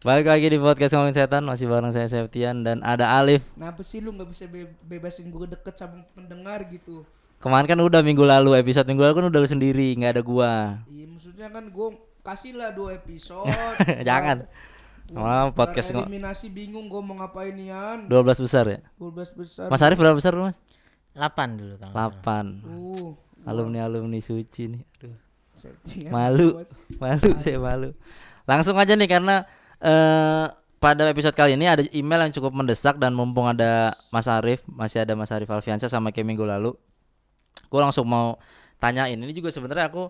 Balik lagi di podcast Ngomongin Setan. Masih bareng saya Septian dan ada Alif. Kenapa sih lu gak bisa bebasin gue deket sama pendengar gitu? Kemarin kan udah minggu lalu, episode minggu lalu kan udah lu sendiri, gak ada gua. Iya maksudnya kan gue kasih lah 2 episode. Jangan. Malah podcast eliminasi bingung gue mau ngapain Ian. 12 besar ya. 12 besar. Mas Arif berapa besar lu, Mas? 8 dulu kan. 8. Alumni suci nih. Aduh. Septian Malu saya malu. Langsung aja nih karena pada episode kali ini ada email yang cukup mendesak dan mumpung ada Mas Arif, masih ada Mas Arif Alfiansyah sama kayak minggu lalu. Gue langsung mau tanyain. Ini juga sebenarnya aku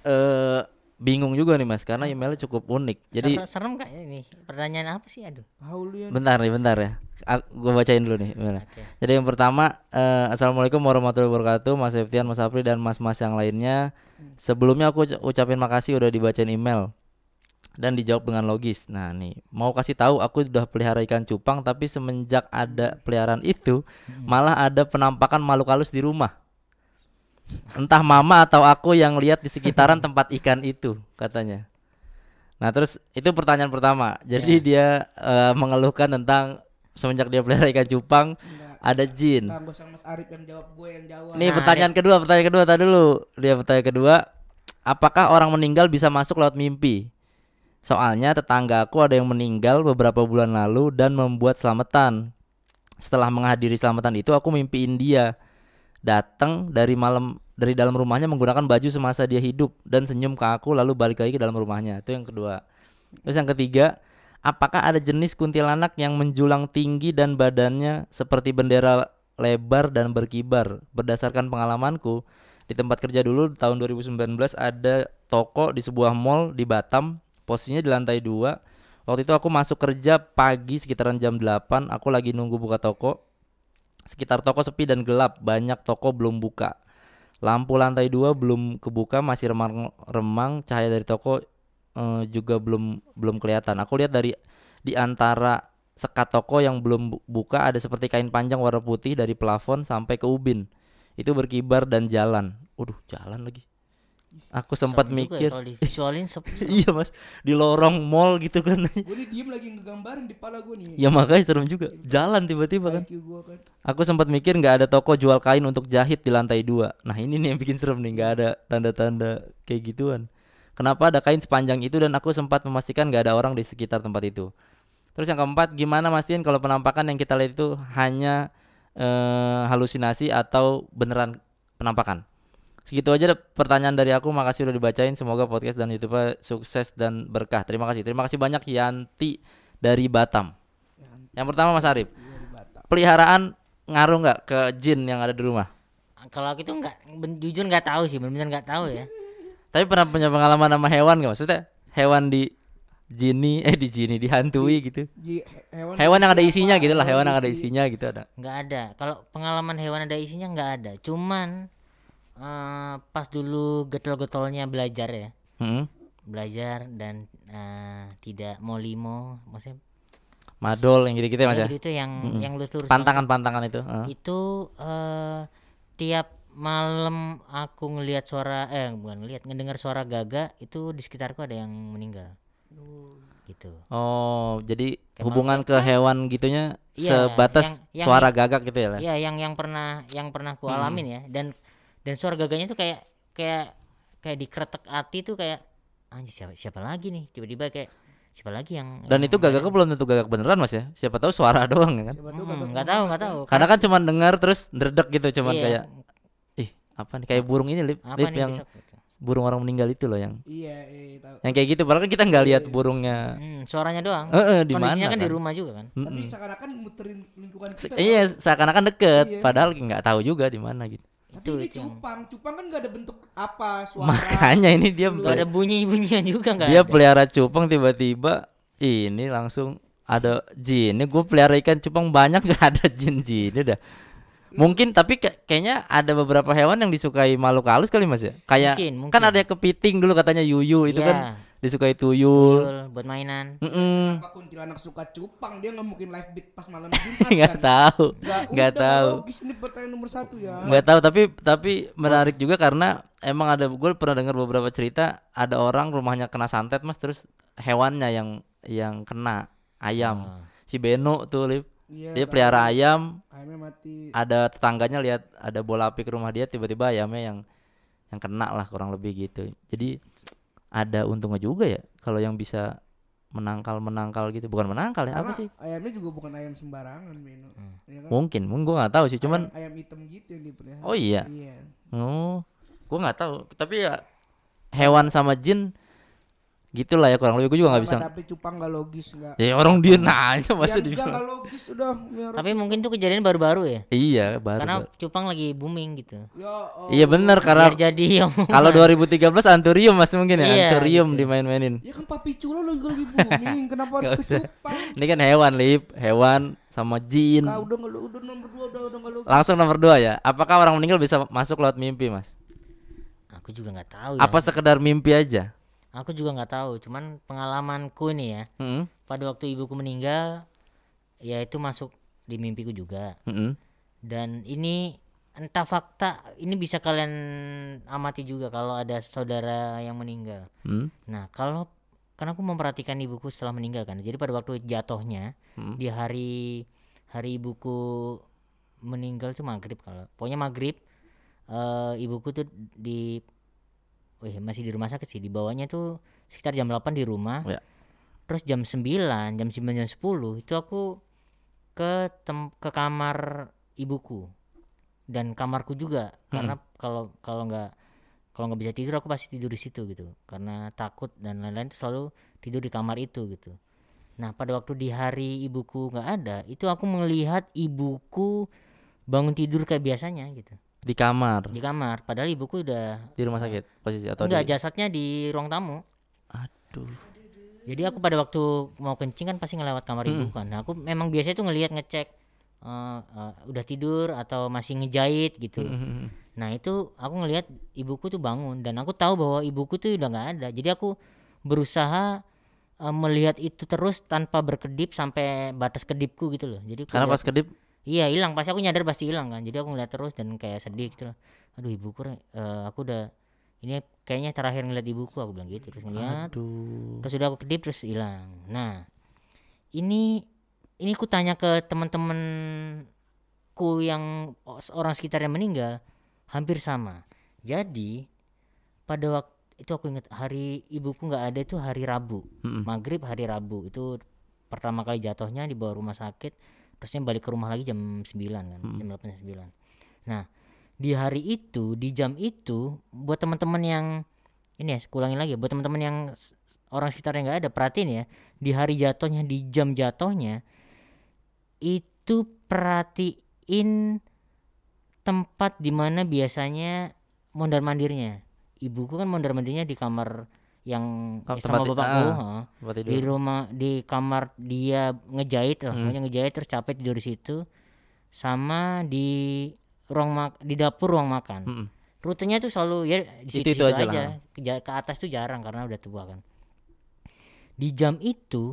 bingung juga nih Mas karena emailnya cukup unik. Jadi serem Kak ini. Pertanyaan apa sih? Aduh. Bentar ya. Gue bacain dulu nih emailnya. Okay. Jadi yang pertama, Assalamualaikum warahmatullahi wabarakatuh, Mas Septian, Mas Apri dan mas-mas yang lainnya. Sebelumnya aku ucapin makasih udah dibacain email dan dijawab dengan logis. Nah nih, mau kasih tahu aku udah pelihara ikan cupang, tapi semenjak ada peliharaan itu malah ada penampakan makhluk halus di rumah. Entah mama atau aku yang lihat di sekitaran tempat ikan itu katanya. Nah terus itu pertanyaan pertama. Jadi dia mengeluhkan tentang semenjak dia pelihara ikan cupang ada jin. Gue sama Mas Arif yang jawab, gue yang jawab. Nih pertanyaan kedua tadi dulu. Dia pertanyaan kedua, apakah orang meninggal bisa masuk lewat mimpi? Soalnya tetangga aku ada yang meninggal beberapa bulan lalu dan membuat selamatan. Setelah menghadiri selamatan itu aku mimpiin dia datang dari dalam rumahnya menggunakan baju semasa dia hidup dan senyum ke aku lalu balik lagi ke dalam rumahnya. Itu yang kedua. Terus yang ketiga, apakah ada jenis kuntilanak yang menjulang tinggi dan badannya seperti bendera lebar dan berkibar? Berdasarkan pengalamanku di tempat kerja dulu tahun 2019 ada toko di sebuah mall di Batam. Posisinya di lantai 2. Waktu itu aku masuk kerja pagi sekitaran jam 8. Aku lagi nunggu buka toko. Sekitar toko sepi dan gelap. Banyak toko belum buka. Lampu lantai 2 belum kebuka, masih remang-remang. Cahaya dari toko juga belum kelihatan. Aku lihat di antara sekat toko yang belum buka ada seperti kain panjang warna putih dari plafon sampai ke ubin. Itu berkibar dan jalan. Jalan lagi. Aku sempat mikir kalau divisualin iya Mas, di lorong mall gitu kan. Gue nih diem lagi ngegambarin di pala gue nih. Ya makanya serem juga. Jalan tiba-tiba kan. Aku sempat mikir gak ada toko jual kain untuk jahit di lantai 2. Nah ini nih yang bikin serem nih, gak ada tanda-tanda kayak gituan. Kenapa ada kain sepanjang itu dan aku sempat memastikan gak ada orang di sekitar tempat itu. Terus yang keempat, gimana mastiin kalau penampakan yang kita lihat itu hanya halusinasi atau beneran penampakan? Segitu aja pertanyaan dari aku. Makasih udah dibacain. Semoga podcast dan YouTube sukses dan berkah. Terima kasih banyak Yanti dari Batam. Yang pertama Mas Arif, peliharaan ngaruh nggak ke jin yang ada di rumah? Kalau aku itu jujur nggak tahu sih, benar-benar nggak tahu ya. Tapi pernah punya pengalaman sama hewan nggak? Maksudnya hewan dihantui gitu. Hewan yang ada isinya gitu lah, hewan yang ada isinya gitu ada? Nggak ada. Kalau pengalaman hewan ada isinya nggak ada. Cuman pas dulu getol-getolnya belajar ya, belajar dan tidak mau limo, maksudnya madol yang gitu-gitu ya Mas ya? Itu yang lurus pantangan itu. Itu tiap malam aku ngelihat ngedengar suara gagak itu di sekitarku ada yang meninggal. Gitu. Oh, jadi hubungan ke hewan gitunya sebatas suara gagak gitu ya? Iya, yang pernah ku alamin ya, dan suara gagaknya tuh kayak dikretek hati tuh, kayak anjir siapa lagi nih, tiba-tiba kayak siapa lagi yang dan itu gagaknya belum tentu gagak beneran Mas ya, siapa tahu suara doang ya kan. Nggak tahu karena kan cuma dengar terus ndredeg gitu, cuman kayak apa nih, kayak burung ini lip yang besok, gitu. Burung orang meninggal itu loh yang tahu. Yang kayak gitu, padahal kan kita nggak lihat burungnya, suaranya doang. Kondisinya kan di rumah juga kan. Tapi seakan-akan muterin lingkungan kita. Iya, seakan-akan deket, padahal nggak tahu juga di mana gitu. Tapi ini cupang kan nggak ada bentuk apa suara. Makanya ini dia nggak ada bunyi-bunyian juga, nggak. Dia pelihara cupang tiba-tiba ini langsung ada jin. Ini gue pelihara ikan cupang banyak nggak ada jin udah. Mungkin tapi kayaknya ada beberapa hewan yang disukai makhluk halus kali Mas ya. Kayak mungkin. Kan ada kepiting dulu katanya yuyu itu kan disukai tuyul. Tuyul buat mainan. Kenapa kuntilanak suka cupang? Dia nggak mungkin live beat pas malam Jumat Nggak kan? tahu, Nggak nggak udah, tahu. logis ini pertanyaan nomor 1 ya. Nggak tahu, tapi menarik juga karena emang ada, gue pernah dengar beberapa cerita ada orang rumahnya kena santet mas, terus hewannya yang kena ayam. Si Beno tuh Lip, Iya, dia tahu. pelihara ayam, Ayamnya mati. ada tetangganya lihat ada bola api ke rumah dia, tiba-tiba ayamnya yang kena lah, kurang lebih gitu. Jadi ada untungnya juga ya kalau yang bisa menangkal gitu, bukan menangkal ya, Karena apa sih? ayamnya juga bukan ayam sembarangan, Beno. Ya kan? Mungkin gue nggak tahu sih, cuman ayam hitam gitu yang dipelihara. oh iya, Iya. gue nggak tahu, tapi ya hewan sama jin gitulah ya kurang lebih, gue juga nggak bisa. Tapi cupang nggak logis nggak. Ya orang dia nanya masa Ya dia enggak bilang. logis udah. Miara Tapi mungkin tuh kejadian baru-baru ya. Iya baru. Karena cupang lagi booming gitu. Ya, Iya benar, karena Biar jadi yang kalau 2013 Anturium mas mungkin ya, Iya, Anturium gitu. dimain-mainin. ya kan papi cula lagi booming. Kenapa harus Nggak ke usah. cupang? Ini kan hewan Lip, hewan sama jin. Udah nomor 2 udah nggak logis. Langsung nomor 2 ya. Apakah orang meninggal bisa masuk lewat mimpi mas? Aku juga nggak tahu ya. Apa sekedar mimpi aja? Aku juga nggak tahu. Cuman pengalamanku nih ya. Mm-mm. Pada waktu ibuku meninggal, ya itu masuk di mimpiku juga. Mm-mm. Dan ini entah fakta, ini bisa kalian amati juga kalau ada saudara yang meninggal. Mm. Nah, karena aku memperhatikan ibuku setelah meninggal kan. Jadi pada waktu jatuhnya di hari ibuku meninggal tuh maghrib, kalau pokoknya maghrib, ibuku tuh masih di rumah sakit sih. Dibawanya tuh sekitar jam 8 di rumah. Ya. Terus jam 10 itu aku ke kamar ibuku dan kamarku juga, karena kalau nggak bisa tidur aku pasti tidur di situ gitu, karena takut dan lain-lain, selalu tidur di kamar itu gitu. Nah pada waktu di hari ibuku nggak ada, itu aku melihat ibuku bangun tidur kayak biasanya gitu Di kamar, di kamar, padahal ibuku udah di rumah sakit posisi atau enggak, di. jasadnya di ruang tamu. Aduh. Jadi aku pada waktu mau kencing kan pasti ngelewat kamar ibu kan. Nah, aku memang biasanya tuh ngecek udah tidur atau masih ngejahit gitu. Nah itu aku ngelihat ibuku tuh bangun, dan aku tahu bahwa ibuku tuh udah nggak ada. Jadi aku berusaha melihat itu terus tanpa berkedip sampai batas kedipku gitu loh. Jadi Karena pas kedip iya hilang, pasti aku nyadar pasti hilang kan. Jadi aku ngeliat terus dan kayak sedih gitu loh. Aduh ibuku, aku udah, ini kayaknya terakhir ngeliat ibuku, aku bilang gitu. Terus ngeliat, terus udah aku kedip terus hilang. Nah ini ku tanya ke teman-temanku yang orang sekitar yang meninggal, hampir sama. Jadi pada waktu itu aku ingat hari ibuku nggak ada itu hari Rabu, maghrib hari Rabu itu pertama kali jatuhnya, dibawa rumah sakit, terusnya balik ke rumah lagi jam 9 kan, jam 8 9. Nah di hari itu, di jam itu, buat teman-teman yang ini ya, ulangin lagi buat teman-teman yang orang sekitar yang nggak ada, perhatiin ya, di hari jatuhnya, di jam jatuhnya itu perhatiin tempat dimana biasanya mondar mandirnya. Ibuku kan mondar mandirnya di kamar yang sama bapakku, di rumah, di kamar dia ngejahit lah, ngejahit terus capek tidur di situ, sama di di dapur ruang makan. Rutenya tuh selalu ya di situ aja. Ke atas tuh jarang karena udah tua kan. Di jam itu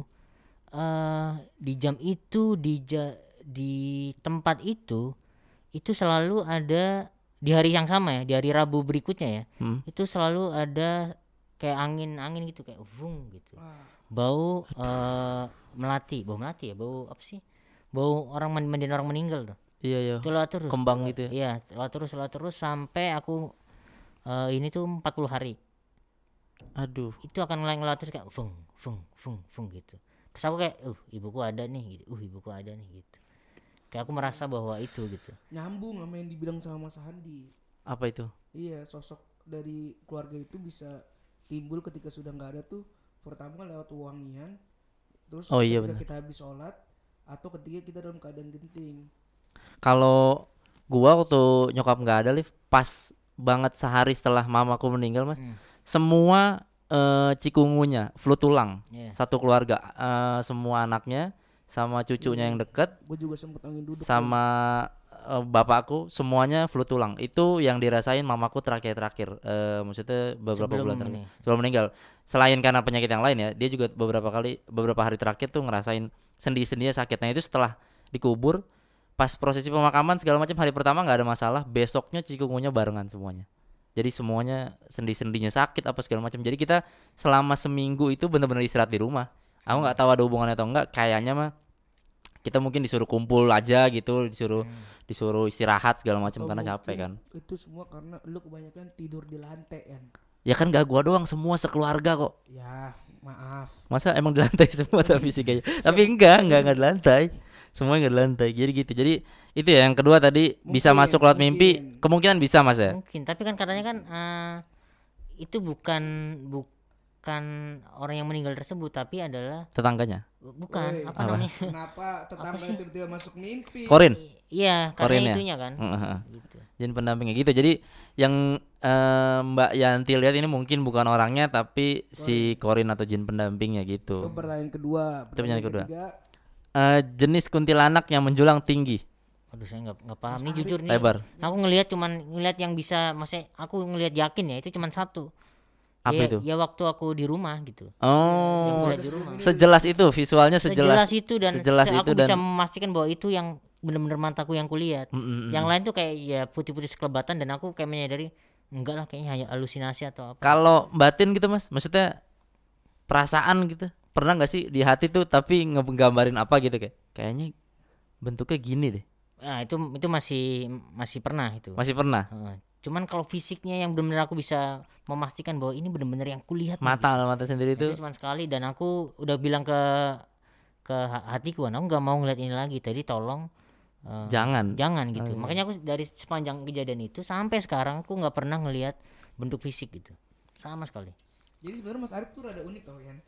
di tempat itu selalu ada, di hari yang sama ya, di hari Rabu berikutnya ya, itu selalu ada kayak angin gitu, kayak vung gitu. Bau melati ya, bau apa sih? Bau orang mandiin orang meninggal tuh. Iya. Itulah terus. Kembang gitu ya. Iya, terus sampai aku ini tuh 40 hari. Aduh. Itu akan ngelat terus kayak vung gitu. Terus aku kayak ibuku ada nih gitu. Kayak aku merasa bahwa itu gitu. Nyambung sama yang dibilang sama Mas Handi. Apa itu? Iya, sosok dari keluarga itu bisa timbul ketika sudah nggak ada tuh. Pertama kan lewat wangian, terus ketika kita habis sholat, atau ketika kita dalam keadaan genting. Kalau gua waktu nyokap nggak ada, Liv, pas banget sehari setelah mamaku meninggal mas, semua cikungunya flu tulang, satu keluarga, semua anaknya sama cucunya yang deket, Gue juga sempet angin duduk sama bapakku semuanya flu tulang. Itu yang dirasain mamaku terakhir. Maksudnya beberapa bulan terakhir sebelum meninggal. Selain karena penyakit yang lain ya, dia juga beberapa hari terakhir tuh ngerasain sendi-sendinya sakit. Nah itu setelah dikubur, pas prosesi pemakaman segala macam, hari pertama nggak ada masalah, besoknya cikungunya barengan semuanya. Jadi semuanya sendi-sendinya sakit apa segala macam. Jadi kita selama seminggu itu benar-benar istirahat di rumah. Aku nggak tahu ada hubungannya atau enggak. Kayaknya mah kita mungkin disuruh kumpul aja gitu, disuruh istirahat segala macam karena capek kan. Itu semua karena lu kebanyakan tidur di lantai kan. Ya kan gak gua doang, semua sekeluarga kok. Ya maaf. Masa emang di lantai semua tapi sih kayaknya. Tapi enggak di lantai. Semuanya nggak di lantai. Jadi gitu. Jadi itu ya yang kedua tadi, bisa masuk lewat mimpi. Kemungkinan bisa Mas ya. Mungkin. Tapi kan katanya kan itu bukan orang yang meninggal tersebut, tapi adalah tetangganya. Bukan. Apa namanya? Kenapa tetangga tiba-tiba masuk mimpi? Korin. Iya, karena itunya kan. Gitu. Jin pendampingnya gitu. Jadi yang Mbak Yanti lihat ini mungkin bukan orangnya, tapi si Korin atau jin pendampingnya gitu. Itu pertanyaan kedua. Pertanyaan kedua. Jenis kuntilanak yang menjulang tinggi. Aduh, saya nggak paham nih jujur nih. Lebar. Aku ngelihat yang bisa, maksudnya aku ngelihat yakin ya itu cuman satu. Apa itu? Ya waktu aku di rumah gitu. Oh, di rumah. Sejelas itu visualnya sejelas itu dan aku bisa memastikan bahwa itu yang benar-benar mataku yang kulihat. Yang lain tuh kayak ya putih-putih sekelebatan dan aku kayak menyadari enggak lah, kayaknya hanya halusinasi atau apa. Kalau batin gitu Mas, maksudnya perasaan gitu. Pernah nggak sih di hati tuh tapi ngegambarin apa gitu kayaknya bentuknya gini deh. Nah, itu masih pernah itu. Masih pernah. Cuman kalau fisiknya yang benar-benar aku bisa memastikan bahwa ini benar-benar yang kulihat mata sendiri itu cuma sekali, dan aku udah bilang ke hatiku, aku nggak mau ngeliat ini lagi. Tadi tolong jangan gitu. Makanya aku dari sepanjang kejadian itu sampai sekarang aku nggak pernah ngelihat bentuk fisik gitu sama sekali. Jadi sebenarnya Mas Arif tuh rada unik tau kan.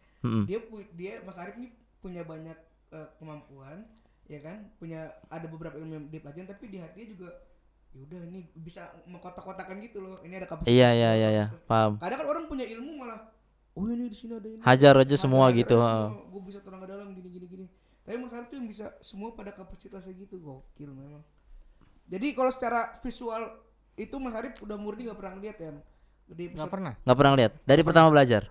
Dia Mas Arif nih punya banyak kemampuan, ya kan, ada beberapa ilmu yang dia pelajari, tapi di hatinya juga yaudah ini bisa mengkotak-kotakan gitu loh. Ini ada kapasitas. Iya, paham. Kadang kan orang punya ilmu malah ini di sini ada ini. Hajar aja semua gitu. Gue bisa tenaga dalam gini. Tapi Mas Arif tuh yang bisa semua pada kapasitasnya gitu, gokil memang. Jadi kalau secara visual itu Mas Arif udah murni gak pernah lihat ya? Gak pernah lihat dari pertama belajar.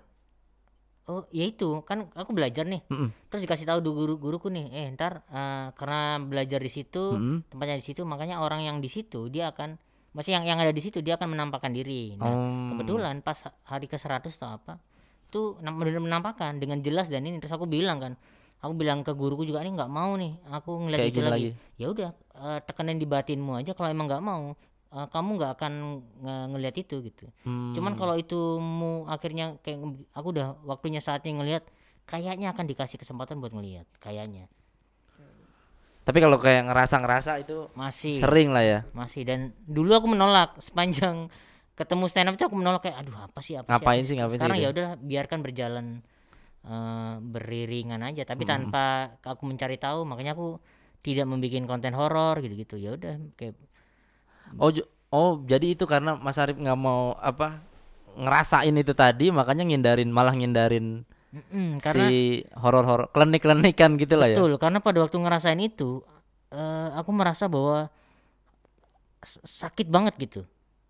Oh ya itu kan aku belajar nih, terus dikasih tahu guruku nih, ntar karena belajar di situ, tempatnya di situ, makanya orang yang di situ dia akan, maksudnya yang ada di situ dia akan menampakkan diri. Nah kebetulan pas hari ke-100 atau apa, tuh benar menampakkan dengan jelas dan ini. Terus aku bilang ke guruku juga, ini nggak mau nih, aku ngeliat itu lagi. Ya udah, tekanin di batinmu aja, kalau emang nggak mau. Kamu nggak akan ngelihat itu gitu. Cuman kalau itu akhirnya kayak aku udah waktunya saatnya ngelihat, kayaknya akan dikasih kesempatan buat ngelihat kayaknya. Tapi kalau kayak ngerasa itu masih sering lah ya. Masih, dan dulu aku menolak sepanjang ketemu stand up itu, aku menolak kayak aduh apa sih. Sekarang ya udah biarkan berjalan beriringan aja, tapi tanpa aku mencari tahu. Makanya aku tidak membuat konten horor gitu. Ya udah kayak jadi itu karena Mas Arif nggak mau ngerasain itu tadi, makanya malah ngindarin karena si horor klinik-klinikan gitu lah ya. Betul, karena pada waktu ngerasain itu aku merasa bahwa sakit banget gitu.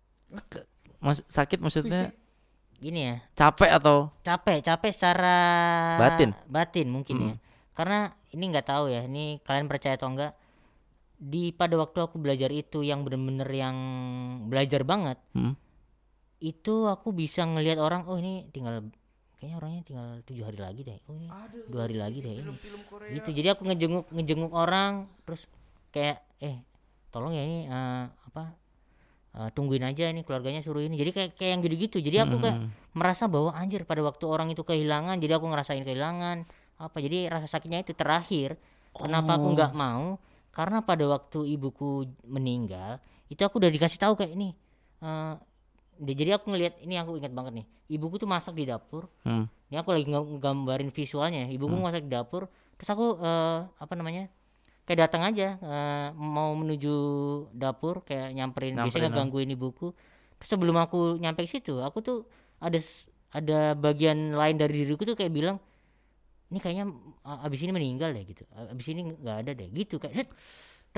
Sakit maksudnya gini ya, capek secara batin mungkin ya. Karena ini nggak tahu ya, ini kalian percaya atau enggak, pada waktu aku belajar itu yang bener-bener yang belajar banget, itu aku bisa ngelihat orang, ini kayaknya orangnya tinggal 7 hari lagi deh, ini 2 hari lagi deh ini. Gitu. Jadi aku ngejenguk orang, terus kayak tolong ya ini tungguin aja ini keluarganya suruh ini. Jadi kayak yang gitu-gitu. Jadi aku kayak merasa bahwa anjir, pada waktu orang itu kehilangan, jadi aku ngerasain kehilangan jadi rasa sakitnya itu terakhir. Kenapa aku nggak mau? Karena pada waktu ibuku meninggal itu aku udah dikasih tahu kayak ini. Jadi aku ngelihat ini, aku ingat banget nih, ibuku tuh masak di dapur. Ini aku lagi nggambarin visualnya, ibuku masak di dapur, terus aku kayak datang aja, mau menuju dapur, kayak nyamperin biasanya gangguin ibuku. Terus sebelum aku nyampe ke situ, aku tuh ada bagian lain dari diriku tuh kayak bilang, ini kayaknya abis ini meninggal deh gitu, abis ini nggak ada deh gitu kayak.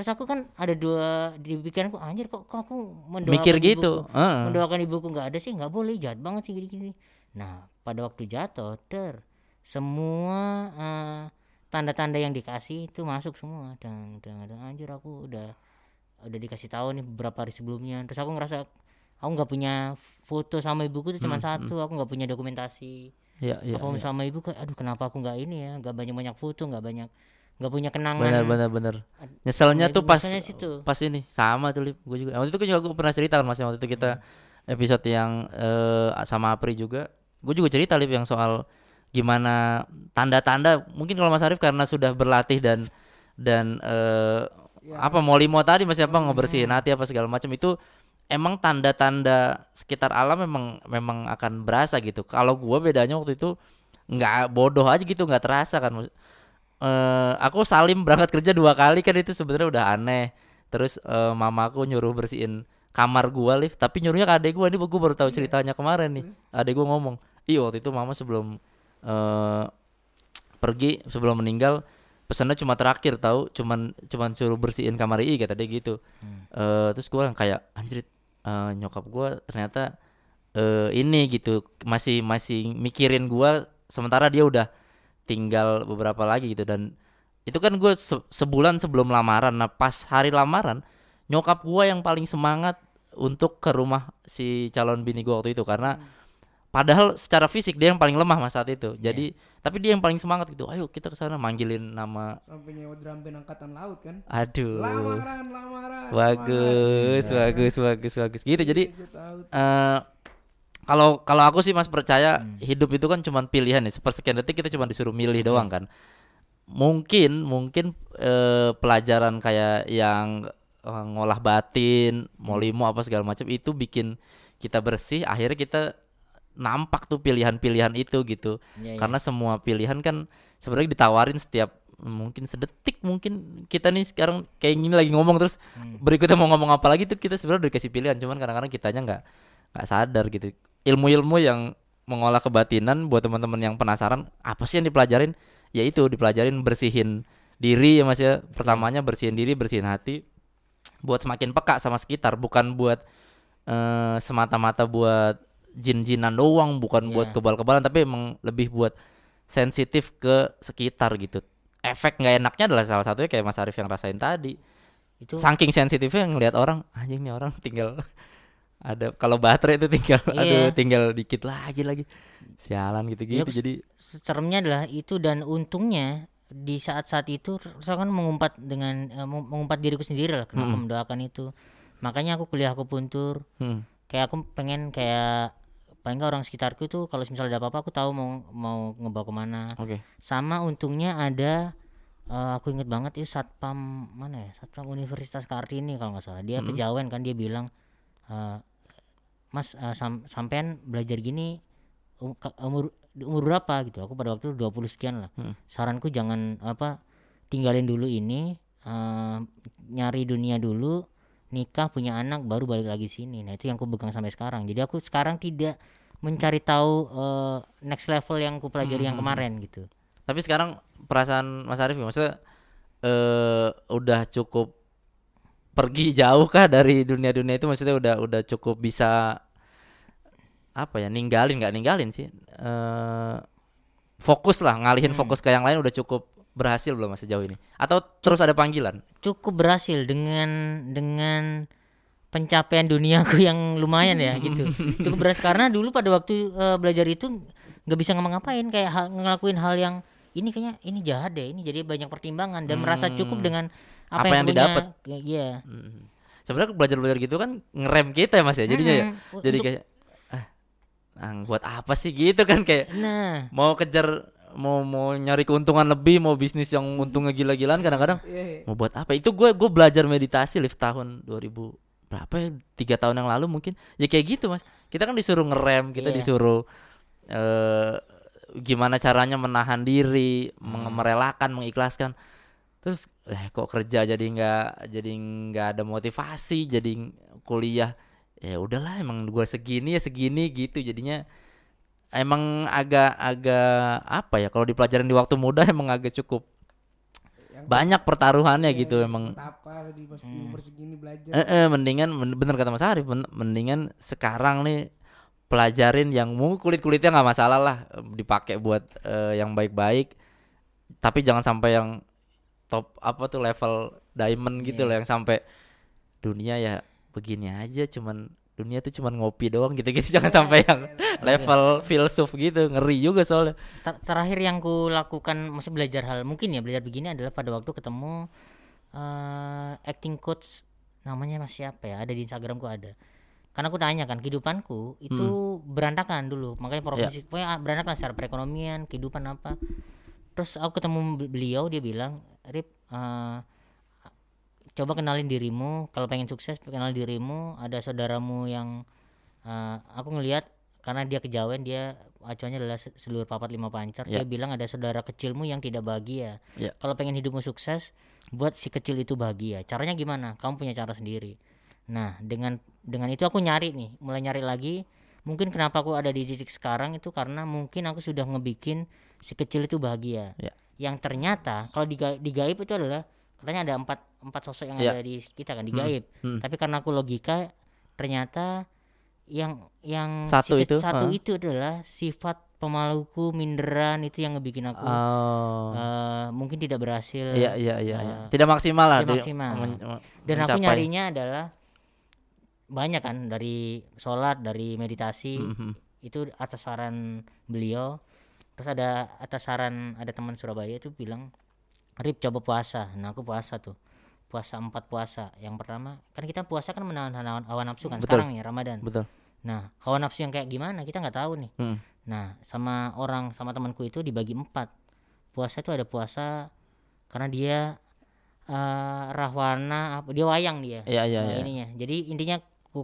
Terus aku kan ada dua di pikiranku, anjir kok aku Mikir mendoakan gitu. ibuku, mendoakan ibuku nggak ada sih, nggak boleh, jahat banget sih gini-gini. Nah pada waktu jatuh semua tanda-tanda yang dikasih itu masuk semua, dan anjir aku udah dikasih tahu nih beberapa hari sebelumnya. Terus aku ngerasa aku nggak punya foto sama ibuku tuh cuma satu, aku nggak punya dokumentasi apa sama ibu. Kayak aduh kenapa aku nggak ini ya, nggak banyak foto, nggak punya kenangan. Benar. Nyeselnya tuh pas situ. pas ini sama tuh Lip, gue juga. Waktu itu juga gue pernah cerita kan Mas, waktu itu kita episode yang sama Apri juga. Gue juga cerita Lip yang soal gimana tanda-tanda, mungkin kalau Mas Arif karena sudah berlatih dan apa molimo tadi Mas, apa ngebersihin hati apa segala macam, itu emang tanda-tanda sekitar alam memang akan berasa gitu. Kalau gue bedanya waktu itu nggak, bodoh aja gitu, nggak terasa kan. Aku salim berangkat kerja 2 kali kan, itu sebenarnya udah aneh. Terus mamaku nyuruh bersihin kamar gua Liv, tapi nyuruhnya ke adek gua. Ini gua baru tahu ceritanya kemarin nih. Adek gua ngomong, waktu itu mama sebelum pergi, sebelum meninggal, pesannya cuma terakhir tahu, cuman suruh bersihin kamar kata dia gitu. Terus gua kayak anjrit, nyokap gua ternyata ini gitu, masih mikirin gua, sementara dia udah tinggal beberapa lagi gitu. Dan itu kan gue sebulan sebelum lamaran. Nah pas hari lamaran, nyokap gue yang paling semangat untuk ke rumah si calon bini gue waktu itu, karena padahal secara fisik dia yang paling lemah mas saat itu. Jadi tapi dia yang paling semangat gitu, ayo kita ke sana, manggilin nama, sampai nyewa drum band angkatan laut kan. Aduh, lamaran bagus gitu. Jadi kalau aku sih mas percaya hidup itu kan cuma pilihan ya. Sepersekian detik kita cuma disuruh milih doang kan. Mungkin pelajaran kayak yang ngolah batin, molimo apa segala macam itu bikin kita bersih. Akhirnya kita nampak tuh pilihan-pilihan itu gitu. Karena semua pilihan kan sebenarnya ditawarin setiap mungkin sedetik. Mungkin kita nih sekarang kayak gini lagi ngomong, terus berikutnya mau ngomong apa lagi tuh kita sebenarnya udah dikasih pilihan. Cuman kadang-kadang kitanya nggak sadar gitu. Ilmu-ilmu yang mengolah kebatinan, buat teman-teman yang penasaran apa sih yang dipelajarin, yaitu dipelajarin bersihin diri ya mas ya. Pertamanya bersihin diri, bersihin hati, buat semakin peka sama sekitar, bukan buat semata-mata buat jin-jinan doang, bukan buat kebal-kebalan, tapi emang lebih buat sensitif ke sekitar gitu. Efek nggak enaknya adalah salah satunya kayak Mas Arif yang rasain tadi, itu saking sensitifnya ngelihat orang, anjing nih orang tinggal ada, kalau baterai itu tinggal tinggal dikit lagi sialan gitu-gitu. Jadi seremnya adalah itu, dan untungnya di saat-saat itu saya kan mengumpat diriku sendiri lah, kenapa mendoakan itu. Makanya aku kuliah akupuntur. Kayak aku pengen kayak paling nggak orang sekitarku tuh kalau misalnya ada apa-apa aku tahu mau ngebawa kemana. Sama untungnya ada aku inget banget itu satpam mana ya, satpam Universitas Kartini kalau nggak salah, dia kejawen kan, dia bilang mas sampean belajar gini umur berapa gitu. Aku pada waktu itu 20 sekian lah. Saranku jangan tinggalin dulu ini, nyari dunia dulu, nikah, punya anak, baru balik lagi sini. Nah itu yang aku pegang sampai sekarang. Jadi aku sekarang tidak mencari tahu next level yang aku pelajari yang kemarin gitu. Tapi sekarang perasaan Mas Arif maksudnya udah cukup pergi jauh kah dari dunia-dunia itu, maksudnya udah cukup bisa apa ya, nggak ninggalin sih, fokus lah, ngalihin fokus ke yang lain, udah cukup berhasil belum mas sejauh ini, atau terus ada panggilan? Cukup berhasil dengan pencapaian duniaku yang lumayan ya gitu. Cukup berhasil karena dulu pada waktu belajar itu nggak bisa ngapa-ngapain, kayak ngelakuin hal yang ini kayaknya ini jahat deh, ini jadi banyak pertimbangan dan merasa cukup dengan apa yang didapat. Iya. Sebenarnya belajar gitu kan ngerem kita ya mas ya, jadinya ya. Jadi kayak buat apa sih gitu kan, kayak mau kejar, mau nyari keuntungan lebih, mau bisnis yang untungnya gila-gilaan, kadang-kadang mau buat apa. Itu gue belajar meditasi Liv tahun 2000 berapa ya, 3 tahun yang lalu mungkin ya, kayak gitu mas. Kita kan disuruh ngerem, kita disuruh gimana caranya menahan diri, merelakan, mengikhlaskan. Terus kok kerja jadi nggak ada motivasi, jadi kuliah ya udahlah emang gue segini gitu. Jadinya emang agak apa ya, kalau dipelajarin di waktu muda emang agak cukup banyak pertaruhannya Iya, gitu iya, emang. buat apa di umur segini belajar. Mendingan bener kata Mas Arif, mendingan sekarang nih pelajarin yang mungkin kulit-kulitnya nggak masalah lah, dipakai buat yang baik-baik, tapi jangan sampai yang top apa tuh level diamond gitu loh, yang sampai dunia ya begini aja, dunia tuh cuman ngopi doang gitu-gitu. Jangan sampai yang level filsuf gitu, ngeri juga soalnya. Terakhir yang ku lakukan masih belajar hal mungkin ya belajar begini adalah pada waktu ketemu acting coach, namanya Mas siapa ya, ada di Instagramku ada. Karena aku tanya kan kehidupanku itu berantakan dulu, makanya profesi pokoknya berantakan secara perekonomian, kehidupan apa. Terus aku ketemu beliau, dia bilang, Rip, coba kenalin dirimu, kalau pengen sukses kenal dirimu, ada saudaramu yang aku ngelihat karena dia kejawen, dia acuannya adalah seluruh papat 5 pancar. Dia bilang ada saudara kecilmu yang tidak bahagia. Kalau pengen hidupmu sukses, buat si kecil itu bahagia. Caranya gimana? Kamu punya cara sendiri. Nah, dengan itu aku mulai nyari lagi. Mungkin kenapa aku ada di titik sekarang itu karena mungkin aku sudah ngebikin si kecil itu bahagia. Yang ternyata kalau di gaib itu adalah katanya ada empat sosok yang ada di kita kan di gaib. Tapi karena aku logika, ternyata yang satu itu adalah sifat pemaluku, minderan, itu yang ngebikin aku mungkin tidak berhasil. Tidak maksimal lah. Dan aku nyarinya adalah banyak kan, dari sholat, dari meditasi, itu atas saran beliau. Terus atas saran ada teman Surabaya itu bilang, Rip coba puasa. Nah aku puasa tuh, puasa 4 puasa. Yang pertama kan kita puasa kan menahan hawa nafsu kan. Sekarang ya Ramadan. Nah hawa nafsu yang kayak gimana kita nggak tahu nih. Nah sama temanku itu dibagi 4. Puasa itu ada puasa karena dia rahwana, dia wayang dia. Ininya. Jadi intinya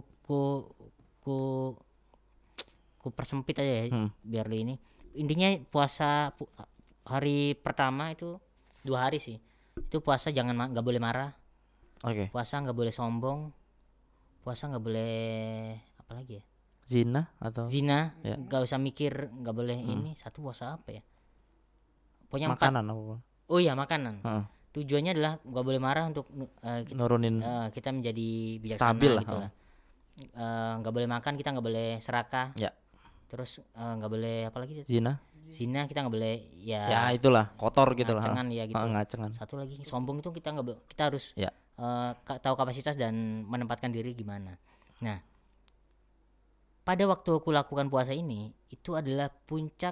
ku persempit aja ya, biar ini. Intinya puasa hari pertama itu 2 hari sih. Itu puasa nggak boleh marah. Puasa nggak boleh sombong. Puasa nggak boleh apa lagi ya? Zina. Nggak usah mikir, nggak boleh ini. Satu puasa apa ya? Pokoknya makanan apa? Oh iya, makanan. Tujuannya adalah nggak boleh marah untuk nurunin kita menjadi bijaksana, stabil lah. Gitu lah. Nggak boleh makan, kita nggak boleh serakah. Terus nggak boleh apa lagi? Zina kita nggak boleh ya itulah kotor gitu lah. Ngacengan ya gitu. Ngacengan. Satu lagi sombong itu kita harus tahu kapasitas dan menempatkan diri gimana. Nah pada waktu aku lakukan puasa ini, itu adalah puncak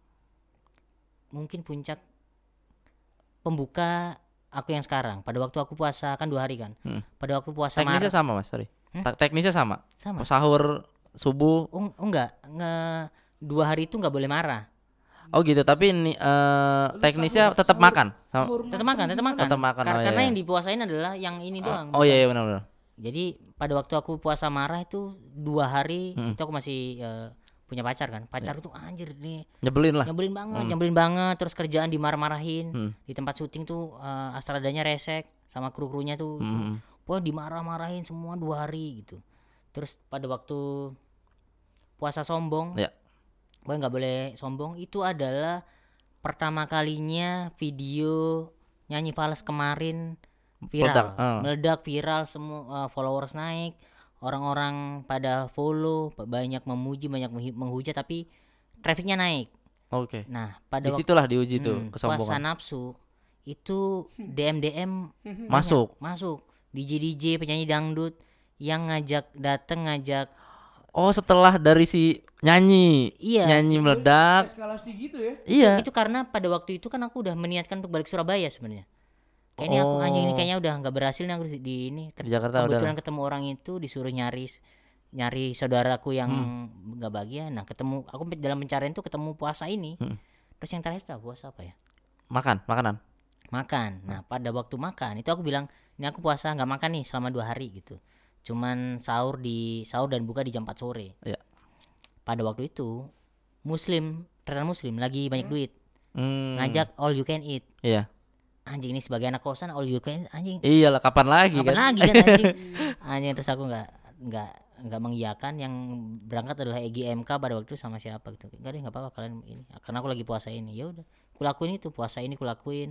pembuka aku yang sekarang. Pada waktu aku puasa kan 2 hari kan. Pada waktu puasa teknisnya sama Mas, sorry. Teknisnya sama. Sahur subuh. Enggak 2 hari itu nggak boleh marah. Oh gitu, tapi ini teknisnya tetap makan. Tetap makan. Karena yang dipuasain adalah yang ini doang. Oh iya benar. Jadi pada waktu aku puasa marah itu 2 hari itu aku masih punya pacar kan. Pacar tuh anjir nih. Nyebelin banget. Terus kerjaan dimarah-marahin. Di tempat syuting tuh astradanya resek sama kru-krunya tuh. Wah dimarah-marahin semua 2 hari gitu. Terus pada waktu puasa sombong, gue nggak boleh sombong. Itu adalah pertama kalinya video nyanyi fals kemarin meledak viral, semua followers naik, orang-orang pada follow, banyak memuji, banyak menghujat, tapi trafficnya naik. Nah pada disitulah diuji tuh kesombongan. Puasa nafsu itu DM masuk DJ penyanyi dangdut yang ngajak setelah dari si nyanyi meledak eskalasi gitu ya. Itu karena pada waktu itu kan aku udah meniatkan untuk balik Surabaya sebenarnya. Kayaknya aku anjing ini kayaknya udah nggak berhasil nih aku di ini. Kebetulan ketemu orang itu, disuruh nyari saudaraku yang nggak bahagia. Nah ketemu aku dalam pencarian tuh ketemu puasa ini. Terus yang terakhir puasa apa ya? Makanan. Nah pada waktu makan itu aku bilang, ini aku puasa nggak makan nih selama 2 hari gitu. Cuman sahur dan buka di jam 4 sore. Pada waktu itu ternyata muslim lagi banyak duit. Ngajak all you can eat. Anjing ini sebagai anak kosan all you can eat, anjing. Iyalah kapan lagi kan anjing. Anjing terus aku nggak mengiyakan. Yang berangkat adalah Egy MK pada waktu itu sama siapa gitu. Enggak deh, nggak apa-apa kalian ini. Karena aku lagi puasa ini. Ya udah, kulakuin itu puasa ini kulakuin.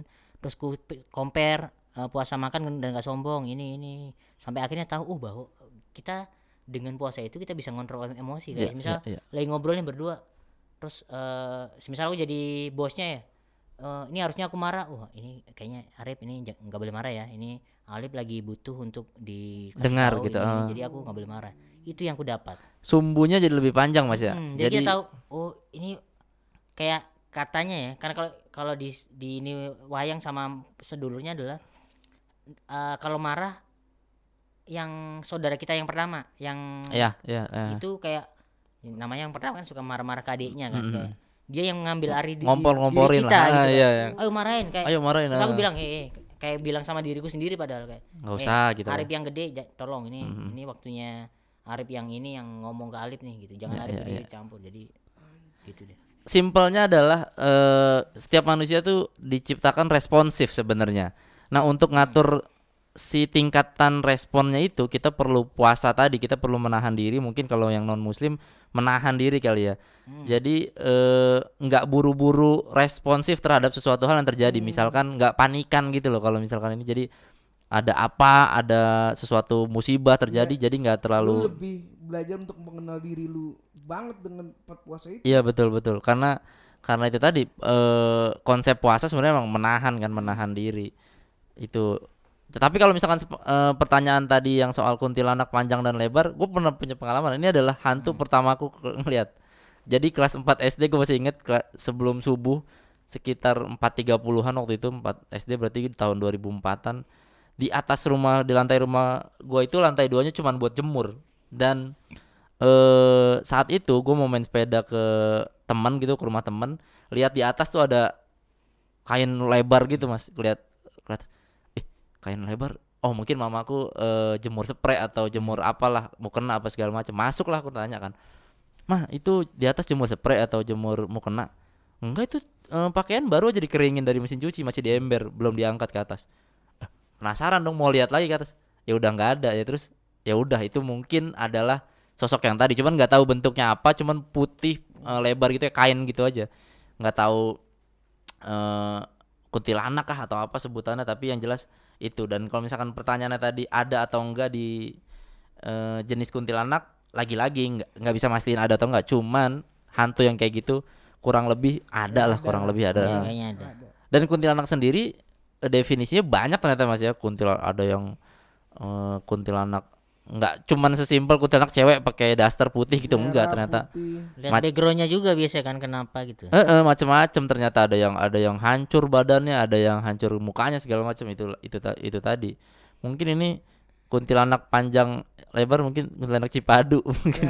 terus ku compare puasa makan dan gak sombong ini sampai akhirnya tahu bahwa kita dengan puasa itu kita bisa ngontrol emosi kayak misal lagi ngobrol nih berdua terus misal aku jadi bosnya ya, ini harusnya aku marah, ini kayaknya Arif ini nggak boleh marah ya, ini Alif lagi butuh untuk dengar tahu gitu ini, jadi aku nggak boleh marah. Itu yang aku dapat, sumbunya jadi lebih panjang Mas ya. Jadi kita tahu ini kayak katanya ya, karena kalau di ini wayang sama sedulurnya adalah kalau marah yang saudara kita yang pertama yang itu kayak namanya yang pertama kan suka marah-marah ke adiknya kan, kayak dia yang mengambil ari di ngompor-ngomporin kita lah. gitu. Iya. Ayo marahin kayak. Ayo marahin. Terus aku bilang kayak bilang sama diriku sendiri padahal kayak nggak usah gitu. Arif yang gede tolong ini waktunya Arif yang ini yang ngomong ke Alif nih gitu. Jangan Arif gede campur. Jadi gitu deh. Simpelnya adalah setiap manusia tuh diciptakan responsif sebenarnya. Nah, untuk ngatur si tingkatan responnya itu kita perlu puasa tadi, kita perlu menahan diri, mungkin kalau yang non muslim menahan diri kali ya. Jadi nggak buru-buru responsif terhadap sesuatu hal yang terjadi, misalkan nggak panikan gitu loh kalau misalkan ini. Jadi ada sesuatu musibah terjadi, jadi nggak terlalu. Lu lebih belajar untuk mengenal diri lu banget dengan puasa itu. Iya betul karena itu tadi konsep puasa sebenarnya memang menahan diri itu. Tetapi kalau misalkan pertanyaan tadi yang soal kuntilanak panjang dan lebar, gue pernah punya pengalaman. Ini adalah hantu pertamaku ngeliat. Jadi kelas 4 SD gue masih inget, sebelum subuh sekitar 4.30-an waktu itu, 4 SD berarti di tahun 2004-an. Di atas rumah, di lantai rumah gue itu lantai 2-nya cuma buat jemur. Dan saat itu gue mau main sepeda ke teman gitu, ke rumah teman. Lihat di atas tuh ada kain lebar gitu Mas, lihat kain lebar. Oh mungkin mamaku jemur spray atau jemur apalah, mukena apa segala macam. Masuklah aku tanya kan, "Mah, itu di atas jemur spray atau jemur mukena?" "Enggak, itu pakaian baru aja dikeringin dari mesin cuci, masih di ember, belum diangkat ke atas." Penasaran dong, mau lihat lagi ke atas. Ya udah nggak ada ya, terus ya udah itu mungkin adalah sosok yang tadi, cuman nggak tahu bentuknya apa, cuman putih lebar gitu ya, kain gitu aja. Nggak tahu kuntilanak kah atau apa sebutannya, tapi yang jelas itu. Dan kalau misalkan pertanyaannya tadi ada atau enggak di jenis kuntilanak, lagi-lagi nggak bisa mastiin ada atau enggak, cuman hantu yang kayak gitu kurang lebih ada lah, kurang lebih ada. Dan kuntilanak sendiri definisinya banyak ternyata Mas ya. Kuntilanak ada yang kuntilanak nggak cuman sesimpel kuntilanak cewek pakai daster putih gitu, enggak ternyata. Lihat backgroundnya juga biasa kan kenapa gitu. Macam-macam ternyata, ada yang hancur badannya, ada yang hancur mukanya segala macam. Itu tadi. Mungkin ini kuntilanak panjang lebar, mungkin kuntilanak Cipadu mungkin.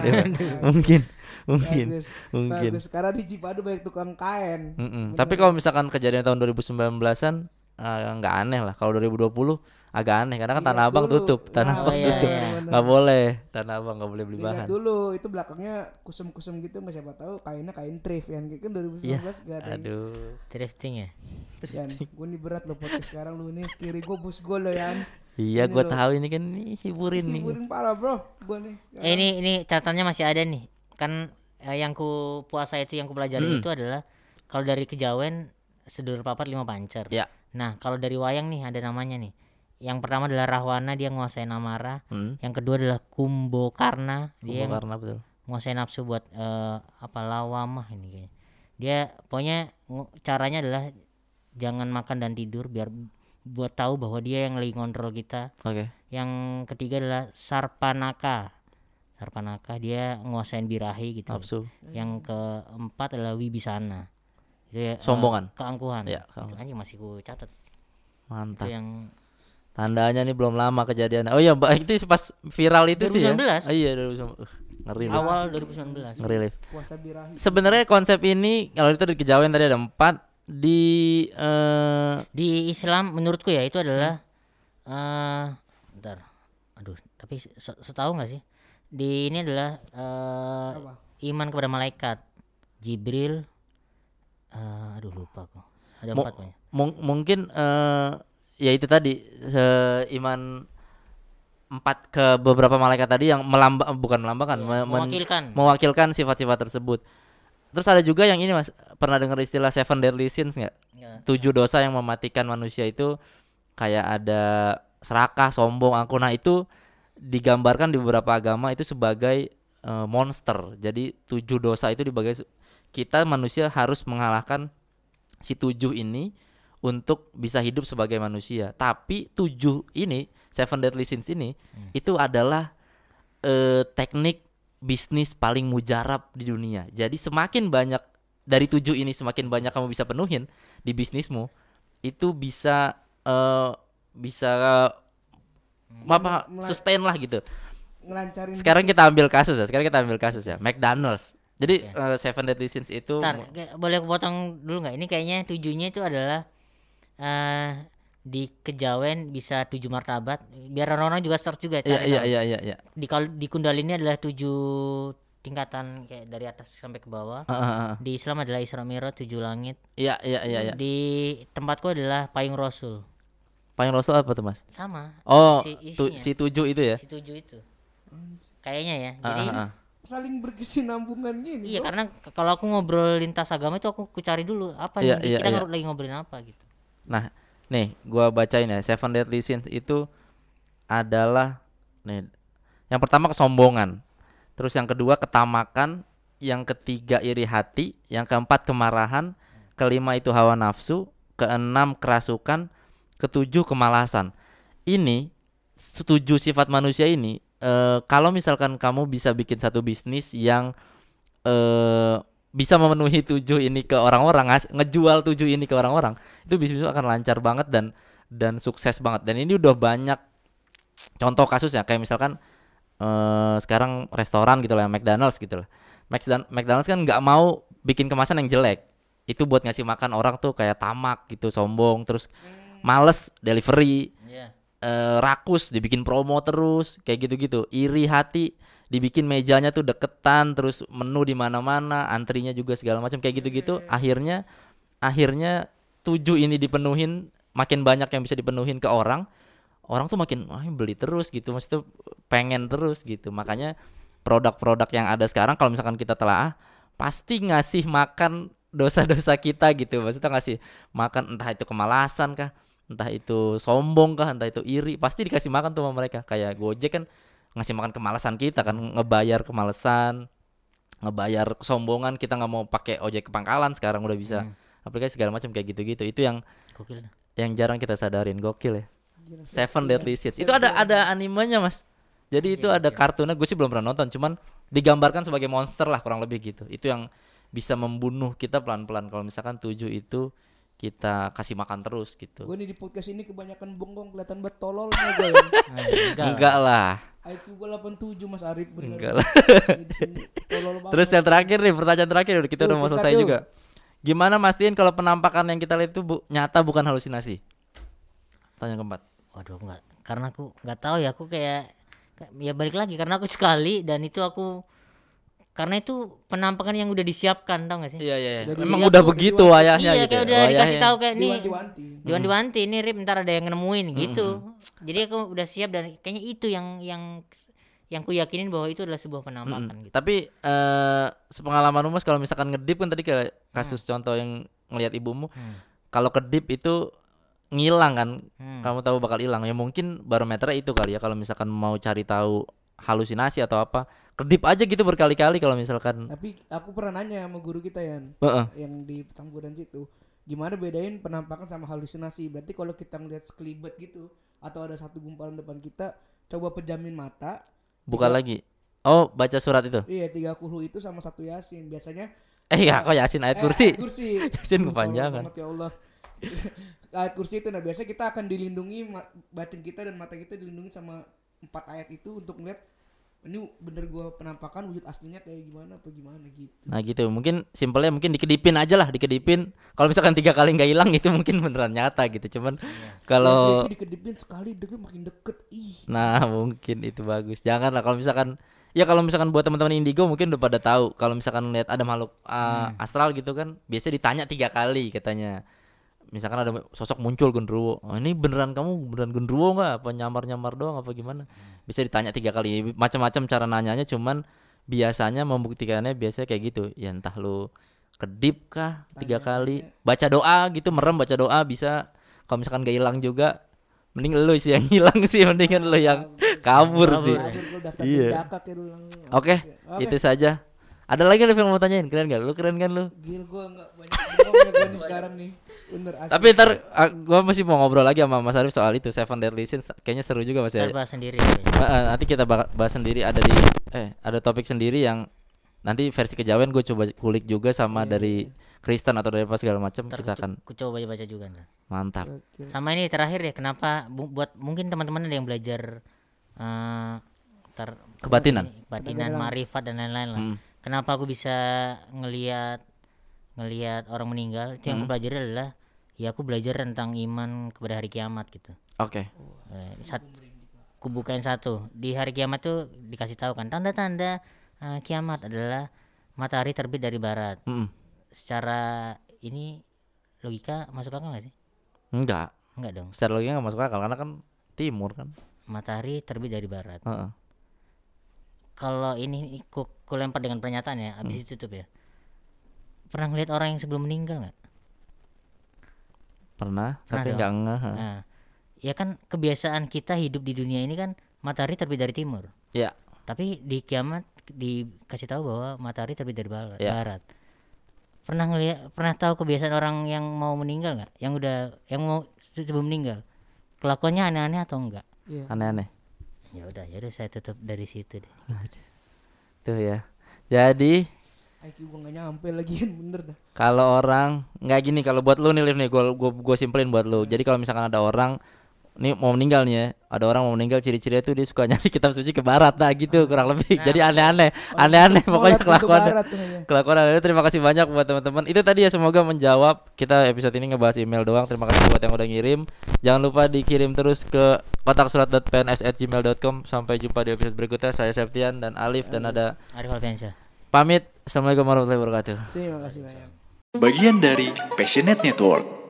Mungkin. Bagus. Sekarang di Cipadu banyak tukang kain. Tapi kalau misalkan kejadian tahun 2019-an nggak aneh lah. Kalau 2020 agak aneh karena kan Tanah Abang tutup. Tanah Abang tutup. Nggak boleh. Tanah Abang nggak boleh beli bahan. Dulu itu belakangnya kusem-kusem gitu, nggak siapa tahu kainnya kain thrift yang kan 2019 gak ada. Aduh. Thrifting ya. Yan, gue nih berat lo podcast sekarang lu nih, kiri gue bus gue lo Yan. Iya, gue tahu ini kan hiburin nih. Hiburin parah bro, gue nih. Ini catatannya masih ada nih. Kan yang ku puasa itu yang ku pelajari itu adalah kalau dari kejawen sedulur papat 5 pancer. Ya. Nah kalau dari wayang nih ada namanya nih. Yang pertama adalah Rahwana, dia nguasain amarah. Yang kedua adalah Kumbokarna, dia betul. nguasain nafsu buat lawamah ini kayaknya. Dia pokoknya caranya adalah jangan makan dan tidur biar buat tahu bahwa dia yang lagi ngontrol kita. Oke. Yang ketiga adalah Sarpanaka, dia nguasain birahi gitu. Nafsu. Yang keempat adalah Wibisana, dia sombongan, keangkuhan. Ya, anjing masih ku catat. Mantap. Itu yang tandanya nih belum lama kejadian. Oh iya, itu pas viral itu 2019. sih ya. Iya 2019. Ngeri. Awal 2019. Ngeri live. Puasa birahi. Sebenarnya konsep ini kalau itu di kejawen tadi ada 4 di Islam menurutku ya itu adalah bentar. Aduh, tapi setahu enggak sih? Di ini adalah iman kepada malaikat, Jibril. Aduh lupa kok. Ada 4 banyak. Mungkin ya itu tadi iman 4 ke beberapa malaikat tadi yang mewakilkan sifat-sifat tersebut. Terus ada juga yang ini Mas, pernah dengar istilah Seven Deadly Sins nggak? Nggak. 7 dosa yang mematikan manusia itu kayak ada serakah, sombong, angkuh. Nah itu digambarkan di beberapa agama itu sebagai monster. Jadi 7 dosa itu dibagai kita manusia harus mengalahkan si 7 ini untuk bisa hidup sebagai manusia. Tapi 7 ini, Seven Deadly Sins ini itu adalah teknik bisnis paling mujarab di dunia. Jadi semakin banyak dari 7 ini, semakin banyak kamu bisa penuhin di bisnismu, itu bisa bisa sustain lah gitu. Ngelancarin Sekarang bisnis. kita ambil kasus ya. McDonald's. Jadi Seven Deadly Sins itu Boleh aku potong dulu nggak? Ini kayaknya 7-nya itu adalah di kejawen bisa 7 martabat. Biar orang-orang juga search juga. Iya. Di Kundalini adalah 7 tingkatan kayak dari atas sampai ke bawah. Di Islam adalah Isra Mi'raj 7 langit. Iya. Di tempatku adalah Payung Rasul. Payung Rasul apa tuh Mas? Sama. Oh, isinya. si 7 itu ya. Si 7 itu. Kayaknya ya. Jadi Saling berkesinambungan gini. iya, karena kalau aku ngobrol lintas agama itu aku cari dulu apa Iya, nih, iya, kita iya. lagi ngobrolin apa gitu. Nah, nih gua bacain ya. Seven Deadly Sins itu adalah nih, yang pertama kesombongan. Terus yang kedua ketamakan, yang ketiga iri hati, yang keempat kemarahan, kelima itu hawa nafsu, keenam kerasukan, ketujuh kemalasan. Ini 7 sifat manusia ini kalau misalkan kamu bisa bikin satu bisnis yang bisa memenuhi 7 ini ke orang-orang, ngejual 7 ini ke orang-orang, itu bisnis akan lancar banget dan sukses banget. Dan ini udah banyak contoh kasusnya, kayak misalkan sekarang restoran gitu lah, McDonald's gitu lah. McDonald's kan nggak mau bikin kemasan yang jelek. Itu buat ngasih makan orang tuh kayak tamak gitu, sombong, terus males delivery, rakus dibikin promo terus kayak gitu-gitu. Iri hati dibikin mejanya tuh deketan, terus menu di mana-mana, antrinya juga segala macam kayak gitu-gitu. Akhirnya 7 ini dipenuhin, makin banyak yang bisa dipenuhin ke orang tuh makin beli terus gitu, maksudnya pengen terus gitu. Makanya produk-produk yang ada sekarang kalau misalkan kita telaah pasti ngasih makan dosa-dosa kita gitu. Maksudnya ngasih makan entah itu kemalasan kah, entah itu sombong kah, entah itu iri, pasti dikasih makan tuh sama mereka. Kayak Gojek kan ngasih makan kemalasan kita kan, ngebayar kemalasan, ngebayar kesombongan, kita nggak mau pakai ojek ke pangkalan, sekarang udah bisa aplikasi segala macam kayak gitu-gitu. Itu yang Gokil. yang jarang kita sadarin. Gokil ya. Gila, Seven Deadly Sins. Itu ada animenya Mas. Jadi itu ada kartunnya, gue sih belum pernah nonton, cuman digambarkan sebagai monster lah kurang lebih gitu. Itu yang bisa membunuh kita pelan-pelan kalau misalkan 7 itu kita kasih makan terus gitu. Gue nih di podcast ini kebanyakan bongkong, kelihatan banget tololnya gue ya. Enggak lah. IQ gue 87 Mas Arif, bener. Enggak lah. Di sini tolol banget. Terus yang terakhir nih, pertanyaan terakhir udah kita udah mau sikat selesai yuk. juga. Gimana mastiin kalau penampakan yang kita lihat itu nyata bukan halusinasi? Tanya keempat. Waduh, enggak. Karena aku nggak tahu ya, aku kayak ya balik lagi karena aku sekali dan itu aku karena itu penampakan yang udah disiapkan, tau gak sih? Iya. Jadi Emang iya udah tuh, begitu diwanti. ayahnya Iya, gitu. kayak ya? udah Oh, dikasih ayahnya. tahu kayak nih Diwanti-wanti. diwanti ini Rip, ntar ada yang nemuin gitu. Jadi aku udah siap dan kayaknya itu yang ku yakinin bahwa itu adalah sebuah penampakan gitu. Tapi sepengalaman Mas kalau misalkan ngedip kan tadi kayak kasus contoh yang ngelihat ibumu, kalau kedip itu ngilang kan, kamu tahu bakal hilang. Ya mungkin barometernya itu kali ya, kalau misalkan mau cari tahu halusinasi atau apa, kedip aja gitu berkali-kali kalau misalkan. Tapi aku pernah nanya sama guru kita yang di Petamburan situ, gimana bedain penampakan sama halusinasi. Berarti kalau kita ngeliat sekelibet gitu atau ada satu gumpalan depan kita, coba pejamin mata, Buka lagi. Oh, baca surat itu. iya 3 kuhu itu sama 1 yasin. Biasanya Ya kok Yasin ayat kursi. ayat kursi. Yasin Tolong kepanjangan. banget ya Allah. Ayat kursi itu, nah biasanya kita akan dilindungi, batin kita dan mata kita dilindungi sama 4 ayat itu untuk melihat ini bener gua penampakan wujud aslinya kayak gimana apa gimana gitu. Nah gitu, mungkin simpelnya mungkin dikedipin aja lah, dikedipin. Kalau misalkan 3 kali nggak hilang itu mungkin beneran nyata gitu. Cuman kalau dikedipin sekali deket makin deket. nah mungkin itu bagus. Jangan lah kalau misalkan kalau misalkan buat teman-teman indigo mungkin udah pada tahu kalau misalkan lihat ada makhluk astral gitu kan, biasanya ditanya 3 kali katanya. Misalkan ada sosok muncul genderuwo, ini beneran kamu beneran genderuwo nggak? Apa nyamar-nyamar doang apa gimana? Bisa ditanya 3 kali, macam-macam cara nanyanya. Cuman biasanya membuktikannya biasanya kayak gitu. Ya entah lu kedip kah 3 kali, Tanya-tanya. baca doa gitu, merem baca doa bisa. Kalau misalkan gak hilang juga, mending lu sih yang hilang sih, mendingan lu yang kabur sih. Kabur gua daftar Iya. jakak ya dulu. Oke, itu saja. Ada lagi yang mau tanyain? Keren gak? Lu keren kan lu? Gila gua enggak banyak ngomongnya gua nih sekarang nih. Bener asli. Tapi ntar gua masih mau ngobrol lagi sama Mas Arif soal itu Seven Deadly Sins. Kayaknya seru juga Mas ya. Kita bahas sendiri. Nanti kita bahas sendiri, ada topik sendiri yang nanti versi kejawen gue coba kulik juga sama dari Kristen atau dari apa segala macam. Ntar Kita akan ku coba baca juga ntar. mantap. Oke. Sama ini terakhir ya, kenapa buat mungkin teman-teman ada yang belajar Kebatinan. kebatinan, marifat dan lain-lain lah. Kenapa aku bisa ngelihat orang meninggal? Itu yang aku pelajari adalah ya aku belajar tentang iman kepada hari kiamat gitu. Oke. Aku bukain satu. Di hari kiamat tuh dikasih tahu kan tanda-tanda kiamat adalah matahari terbit dari barat. Secara ini logika masuk akal nggak sih? Enggak dong. Secara logika nggak masuk akal karena kan timur kan. Matahari terbit dari barat. Kalau ini ku lempar dengan pernyataan ya, abis itu tutup ya. Pernah ngeliat orang yang sebelum meninggal nggak? Pernah tapi dong. nggak ngeh. Nah, ya kan kebiasaan kita hidup di dunia ini kan matahari terbit dari timur. Ya. Tapi di kiamat dikasih tahu bahwa matahari terbit dari Ya. barat. Pernah tahu kebiasaan orang yang mau meninggal nggak? Yang mau sebelum meninggal, kelakuannya aneh-aneh atau enggak? Iya. Aneh-aneh. Ya udah saya tutup dari situ deh. Tuh ya. Jadi IQ gua enggak nyampe lagi kan bener dah. kalau orang nggak gini, kalau buat lu nih Liv nih, gue simpelin buat lu. Jadi kalau misalkan ada orang nih mau meninggal nih ya, ada orang mau meninggal, ciri-cirinya tuh dia suka nyari kitab suci ke barat, nah gitu kurang lebih. Jadi aneh-aneh pokoknya kelakuan aneh. Terima kasih banyak buat teman-teman. Itu tadi ya, semoga menjawab. Kita episode ini ngebahas email doang. Terima kasih buat yang udah ngirim. Jangan lupa dikirim terus ke kotaksurat.pns@gmail.com. Sampai jumpa di episode berikutnya. Saya Septian dan Alif dan ada Arif Alfiansyah. pamit. Assalamualaikum warahmatullahi wabarakatuh. Terima kasih banyak. Bagian dari Passionate Network.